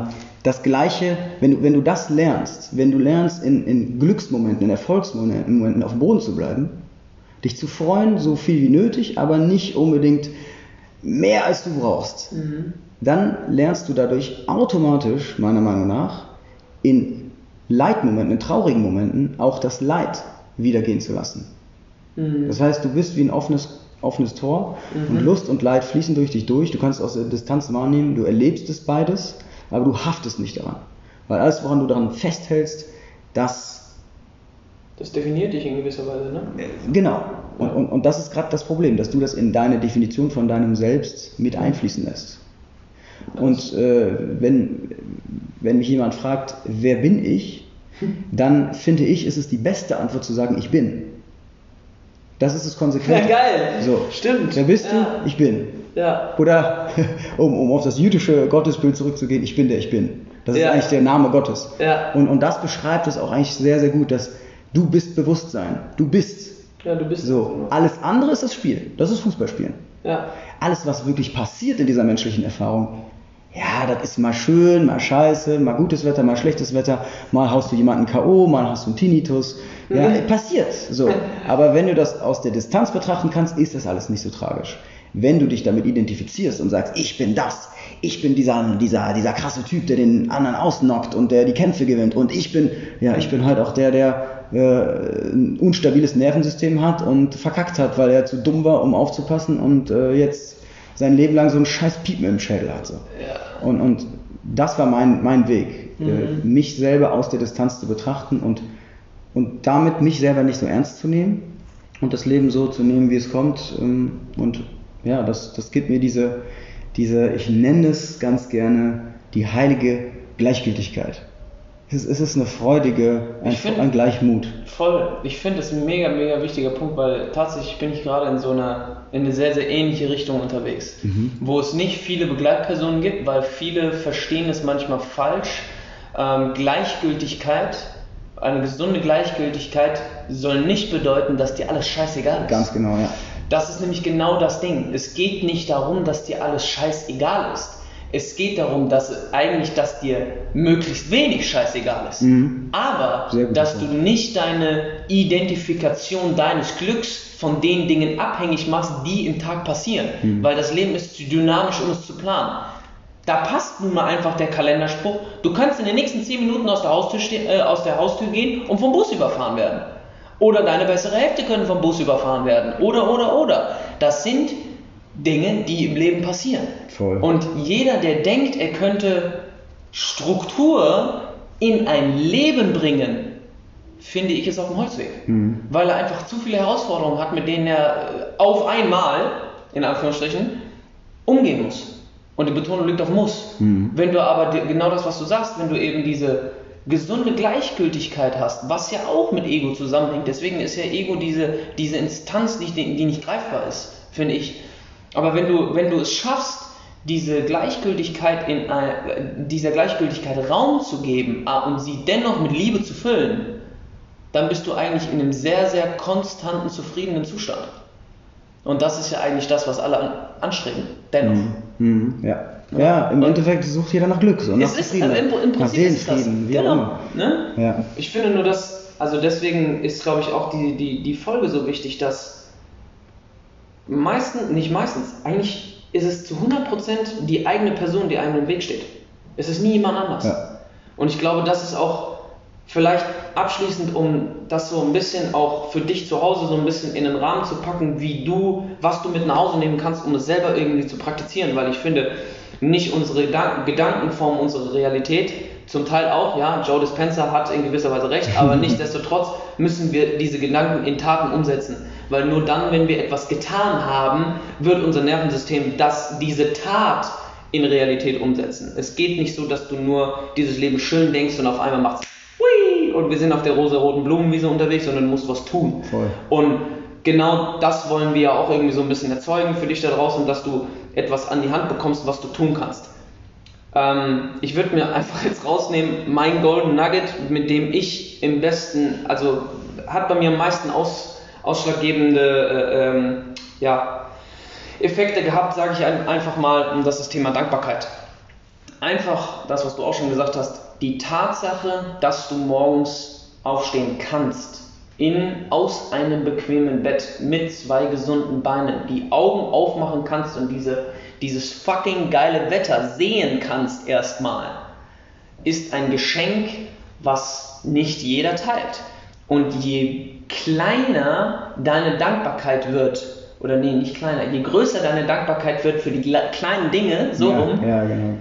das Gleiche, wenn du, wenn du das lernst, wenn du lernst, in, in Glücksmomenten, in Erfolgsmomenten auf dem Boden zu bleiben, dich zu freuen, so viel wie nötig, aber nicht unbedingt mehr als du brauchst, mhm. dann lernst du dadurch automatisch, meiner Meinung nach, in Leidmomenten, in traurigen Momenten auch das Leid wiedergehen zu lassen. Mhm. Das heißt, du bist wie ein offenes, offenes Tor mhm. und Lust und Leid fließen durch dich durch, du kannst es aus der Distanz wahrnehmen, du erlebst es beides, aber du haftest nicht daran. Weil alles, woran du daran festhältst, das... Das definiert dich in gewisser Weise, ne? Genau. Und, und, und das ist gerade das Problem, dass du das in deine Definition von deinem Selbst mit einfließen lässt. Und äh, wenn, wenn mich jemand fragt, wer bin ich, dann finde ich, ist es die beste Antwort zu sagen, ich bin. Das ist es konsequent. Ja, geil. So. Stimmt. Wer bist ja. du? Ich bin. Ja. Oder, um, um auf das jüdische Gottesbild zurückzugehen, ich bin der ich bin. Das ist ja. eigentlich der Name Gottes. Ja. Und, und das beschreibt es auch eigentlich sehr, sehr gut, dass du bist Bewusstsein. Du bist. Ja, du bist. So. Alles andere ist das Spiel. Das ist Fußballspielen. Ja. Alles, was wirklich passiert in dieser menschlichen Erfahrung, ja, das ist mal schön, mal scheiße, mal gutes Wetter, mal schlechtes Wetter, mal haust du jemanden K O, mal hast du einen Tinnitus. Ja, mhm. passiert. So. Aber wenn du das aus der Distanz betrachten kannst, ist das alles nicht so tragisch. Wenn du dich damit identifizierst und sagst, ich bin das, ich bin dieser, dieser, dieser krasse Typ, der den anderen ausnockt und der die Kämpfe gewinnt und ich bin, ja, ich bin halt auch der, der äh, ein unstabiles Nervensystem hat und verkackt hat, weil er zu dumm war, um aufzupassen und äh, jetzt sein Leben lang so einen scheiß Piepen im Schädel hat. So. Ja. Und, und das war mein, mein Weg, mhm. äh, mich selber aus der Distanz zu betrachten und, und damit mich selber nicht so ernst zu nehmen und das Leben so zu nehmen, wie es kommt. Ähm, und ja, das, das gibt mir diese, diese, ich nenne es ganz gerne, die heilige Gleichgültigkeit. Es, es ist eine freudige, ein, find, ein Gleichmut. Voll. Ich finde das ein mega, mega wichtiger Punkt, weil tatsächlich bin ich gerade in so einer, in eine sehr, sehr ähnliche Richtung unterwegs, mhm. wo es nicht viele Begleitpersonen gibt, weil viele verstehen es manchmal falsch. Ähm, Gleichgültigkeit, eine gesunde Gleichgültigkeit soll nicht bedeuten, dass dir alles scheißegal ist. Ganz genau, ja. Das ist nämlich genau das Ding. Es geht nicht darum, dass dir alles scheißegal ist. Es geht darum, dass eigentlich, dass dir möglichst wenig scheißegal ist. Mhm. Aber, dass du nicht deine Identifikation deines Glücks von den Dingen abhängig machst, die im Tag passieren. Mhm. Weil das Leben ist zu dynamisch, um es zu planen. Da passt nun mal einfach der Kalenderspruch. Du kannst in den nächsten zehn Minuten aus der Haustür, ste- äh, aus der Haustür gehen und vom Bus überfahren werden. Oder deine bessere Hälfte können vom Bus überfahren werden. Oder, oder, oder. Das sind Dinge, die im Leben passieren. Voll. Und jeder, der denkt, er könnte Struktur in ein Leben bringen, finde ich, ist auf dem Holzweg. Mhm. Weil er einfach zu viele Herausforderungen hat, mit denen er auf einmal, in Anführungsstrichen, umgehen muss. Und die Betonung liegt auf muss. Mhm. Wenn du aber genau das, was du sagst, wenn du eben diese gesunde Gleichgültigkeit hast, was ja auch mit Ego zusammenhängt, deswegen ist ja Ego diese, diese Instanz, die, die nicht greifbar ist, finde ich. Aber wenn du, wenn du es schaffst, diese Gleichgültigkeit in äh, dieser Gleichgültigkeit Raum zu geben äh, und sie dennoch mit Liebe zu füllen, dann bist du eigentlich in einem sehr, sehr konstanten, zufriedenen Zustand. Und das ist ja eigentlich das, was alle an, anstreben, dennoch. Mhm. Ja. Ja, im und Endeffekt sucht jeder nach Glück, so nach Zufriedenheit, also im, im nach Seelenfrieden, wie genau, auch immer. Ne? Ja. Ich finde nur, dass, also deswegen ist, glaube ich, auch die, die, die Folge so wichtig, dass meistens, nicht meistens, eigentlich ist es zu hundert Prozent die eigene Person, die einem im Weg steht. Es ist nie jemand anders. Ja. Und ich glaube, das ist auch vielleicht abschließend, um das so ein bisschen auch für dich zu Hause so ein bisschen in den Rahmen zu packen, wie du, was du mit nach Hause nehmen kannst, um es selber irgendwie zu praktizieren, weil ich finde, nicht unsere Gedanken formen unsere Realität, zum Teil auch, ja, Joe Dispenza hat in gewisser Weise recht, aber nichtsdestotrotz müssen wir diese Gedanken in Taten umsetzen, weil nur dann, wenn wir etwas getan haben, wird unser Nervensystem das, diese Tat in Realität umsetzen. Es geht nicht so, dass du nur dieses Leben schön denkst und auf einmal machst hui und wir sind auf der rosa-roten Blumenwiese unterwegs, sondern du musst was tun. Voll. Und genau das wollen wir ja auch irgendwie so ein bisschen erzeugen für dich da draußen, dass du etwas an die Hand bekommst, was du tun kannst. Ähm, ich würde mir einfach jetzt rausnehmen, mein Golden Nugget, mit dem ich im besten, also hat bei mir am meisten aus, ausschlaggebende äh, ähm, ja, Effekte gehabt, sage ich einfach mal, und das ist das Thema Dankbarkeit. einfach das, was du auch schon gesagt hast, die Tatsache, dass du morgens aufstehen kannst, in, aus einem bequemen Bett mit zwei gesunden Beinen, die Augen aufmachen kannst und diese, dieses fucking geile Wetter sehen kannst erstmal, ist ein Geschenk, was nicht jeder teilt. Und je kleiner deine Dankbarkeit wird, oder nee, nicht kleiner, je größer deine Dankbarkeit wird für die kleinen Dinge, so ja, rum, ja, genau.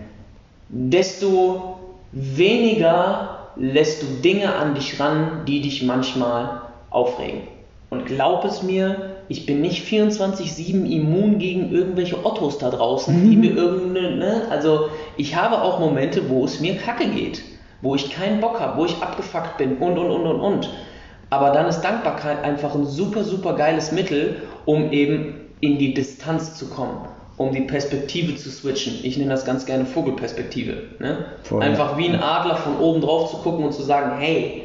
desto weniger lässt du Dinge an dich ran, die dich manchmal aufregen. Und glaub es mir, ich bin nicht vierundzwanzig sieben immun gegen irgendwelche Ottos da draußen, die mir irgendeine, ne, also ich habe auch Momente, wo es mir kacke geht, wo ich keinen Bock habe, wo ich abgefuckt bin und und und und und. Aber dann ist Dankbarkeit einfach ein super, super geiles Mittel, um eben in die Distanz zu kommen, um die Perspektive zu switchen. Ich nenne das ganz gerne Vogelperspektive. Ne? Einfach wie ein Adler von oben drauf zu gucken und zu sagen, hey,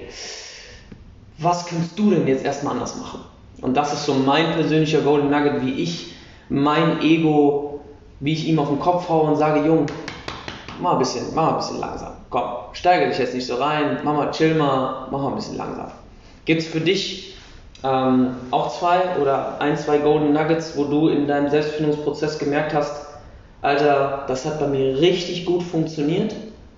was kannst du denn jetzt erstmal anders machen? Und das ist so mein persönlicher Golden Nugget, wie ich mein Ego, wie ich ihm auf den Kopf haue und sage, Jung, mach ein bisschen, mach ein bisschen langsam. Komm, steigere dich jetzt nicht so rein, mach mal, chill mal, mach mal ein bisschen langsam. Gibt es für dich ähm, auch zwei oder ein, zwei Golden Nuggets, wo du in deinem Selbstfindungsprozess gemerkt hast, Alter, das hat bei mir richtig gut funktioniert?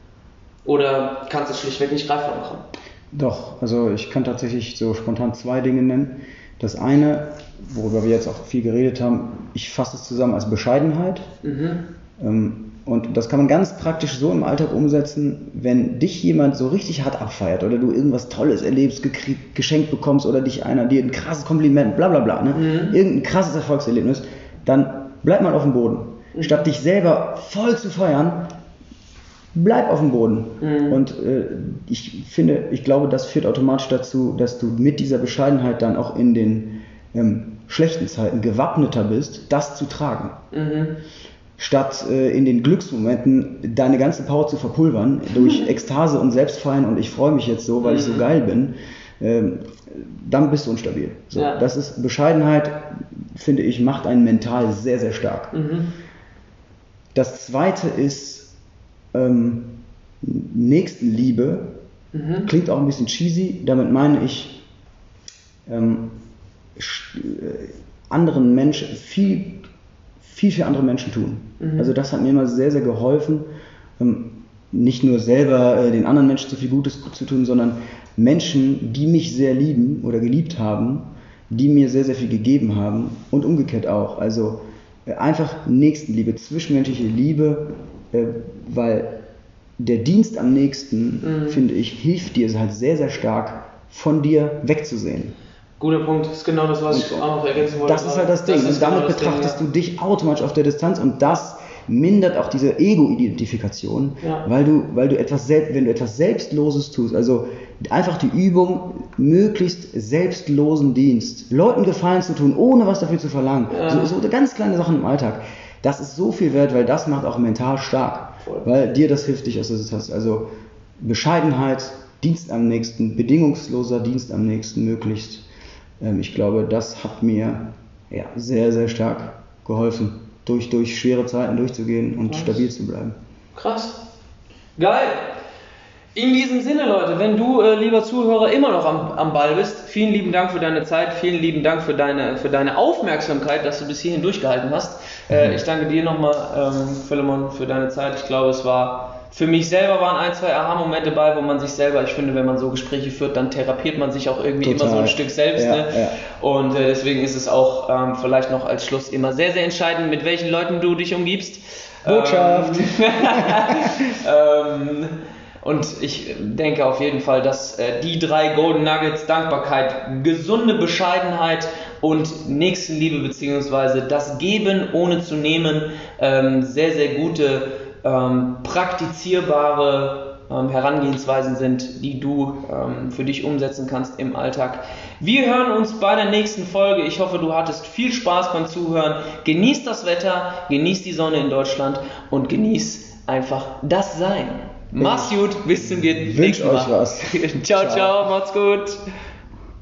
Oder kannst du es schlichtweg nicht greifbar machen? Doch, also ich kann tatsächlich so spontan zwei Dinge nennen. Das eine, worüber wir jetzt auch viel geredet haben, ich fasse es zusammen als Bescheidenheit. Mhm. Ähm, und das kann man ganz praktisch so im Alltag umsetzen, wenn dich jemand so richtig hart abfeiert oder du irgendwas Tolles erlebst, gekriegt, geschenkt bekommst oder dich einer dir ein krasses Kompliment, bla bla bla, ne? Mhm. Irgendein krasses Erfolgserlebnis, dann bleib mal auf dem Boden. Mhm. Statt dich selber voll zu feiern, bleib auf dem Boden. Mhm. Und äh, ich finde, ich glaube, das führt automatisch dazu, dass du mit dieser Bescheidenheit dann auch in den ähm, schlechten Zeiten gewappneter bist, das zu tragen. Mhm. Statt äh, in den Glücksmomenten deine ganze Power zu verpulvern durch Ekstase und Selbstfeiern und ich freue mich jetzt so, weil mhm. ich so geil bin, ähm, dann bist du unstabil. So, ja. Das ist Bescheidenheit, finde ich, macht einen mental sehr, sehr stark. Mhm. Das zweite ist ähm, Nächstenliebe. Mhm. Klingt auch ein bisschen cheesy, damit meine ich ähm, anderen Menschen viel viel für andere Menschen tun. Mhm. Also das hat mir immer sehr, sehr geholfen, ähm, nicht nur selber äh, den anderen Menschen so viel Gutes zu tun, sondern Menschen, die mich sehr lieben oder geliebt haben, die mir sehr, sehr viel gegeben haben und umgekehrt auch. Also äh, einfach Nächstenliebe, zwischenmenschliche Liebe, äh, weil der Dienst am Nächsten, mhm. finde ich, hilft dir halt sehr, sehr stark von dir wegzusehen. Guter Punkt, das ist genau das, was und ich auch noch ergänzen wollte. Das ist halt das Ding. Das und damit genau betrachtest Ding, ja. du dich automatisch auf der Distanz und das mindert auch diese Ego-Identifikation, ja. weil du, weil du etwas selbst, wenn du etwas Selbstloses tust, also einfach die Übung, möglichst selbstlosen Dienst, Leuten Gefallen zu tun, ohne was dafür zu verlangen, ja. so, so ganz kleine Sachen im Alltag, das ist so viel wert, weil das macht auch mental stark, Voll. Weil dir das hilft, dich aus der Distanz, also Bescheidenheit, Dienst am Nächsten, bedingungsloser Dienst am Nächsten möglichst. Ich glaube, das hat mir ja, sehr, sehr stark geholfen, durch, durch schwere Zeiten durchzugehen und Krass. stabil zu bleiben. Krass. Geil. In diesem Sinne, Leute, wenn du, äh, lieber Zuhörer, immer noch am, am Ball bist, vielen lieben Dank für deine Zeit, vielen lieben Dank für deine, für deine Aufmerksamkeit, dass du bis hierhin durchgehalten hast. Äh, ich danke dir nochmal, ähm, Philemon, für deine Zeit. Ich glaube, es war... Für mich selber waren ein, zwei Aha-Momente bei, wo man sich selber, ich finde, wenn man so Gespräche führt, dann therapiert man sich auch irgendwie Total. immer so ein Stück selbst. Ja, ne? ja. Und äh, deswegen ist es auch ähm, vielleicht noch als Schluss immer sehr, sehr entscheidend, mit welchen Leuten du dich umgibst. Botschaft! ähm, und ich denke auf jeden Fall, dass äh, die drei Golden Nuggets, Dankbarkeit, gesunde Bescheidenheit und Nächstenliebe beziehungsweise das Geben ohne zu nehmen, ähm, sehr, sehr gute Ähm, praktizierbare ähm, Herangehensweisen sind, die du ähm, für dich umsetzen kannst im Alltag. Wir hören uns bei der nächsten Folge. Ich hoffe, du hattest viel Spaß beim Zuhören. Genieß das Wetter, genieß die Sonne in Deutschland und genieß einfach das Sein. Mach's gut, bis zum nächsten Mal. Wünsch euch was. ciao, ciao, ciao, macht's gut.